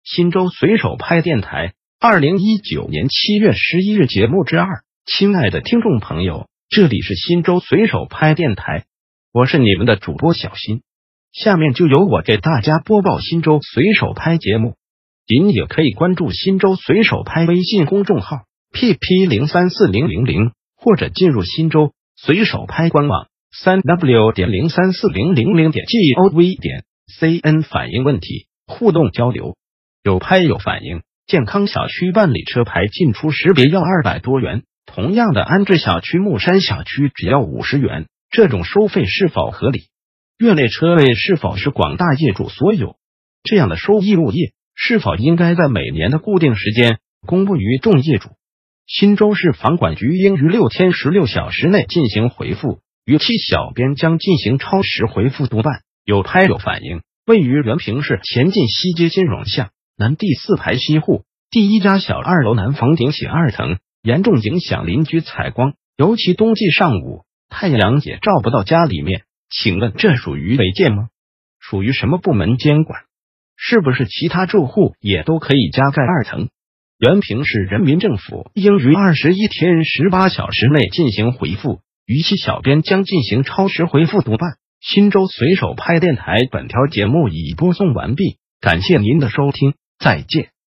新州随手拍电台2019年7月11日节目之2。亲爱的听众朋友，这里是新州随手拍电台，我是你们的主播小新。下面就由我给大家播报新州随手拍节目。您也可以关注新州随手拍微信公众号 pp034000，或者进入新州随手拍官网 3w.034000.gov.cn 反映问题，互动交流。有拍有反映。健康小区办理车牌进出识别要200多元，同样的安置小区木山小区只要50元，这种收费是否合理？月类车位是否是广大业主所有？这样的收益物业是否应该在每年的固定时间公布于众业主？新州市房管局应于6天16小时内进行回复，逾期小编将进行超时回复督办。有拍有反映。位于原平市前进西街金融巷南第4排西户第1家小2楼南房顶起2层，严重影响邻居采光，尤其冬季上午太阳也照不到家里面。请问这属于违建吗？属于什么部门监管？是不是其他住户也都可以加盖2层？原平市人民政府应于21天18小时内进行回复，逾期小编将进行超时回复督办。新州随手拍电台本条节目已播送完毕，感谢您的收听，再见。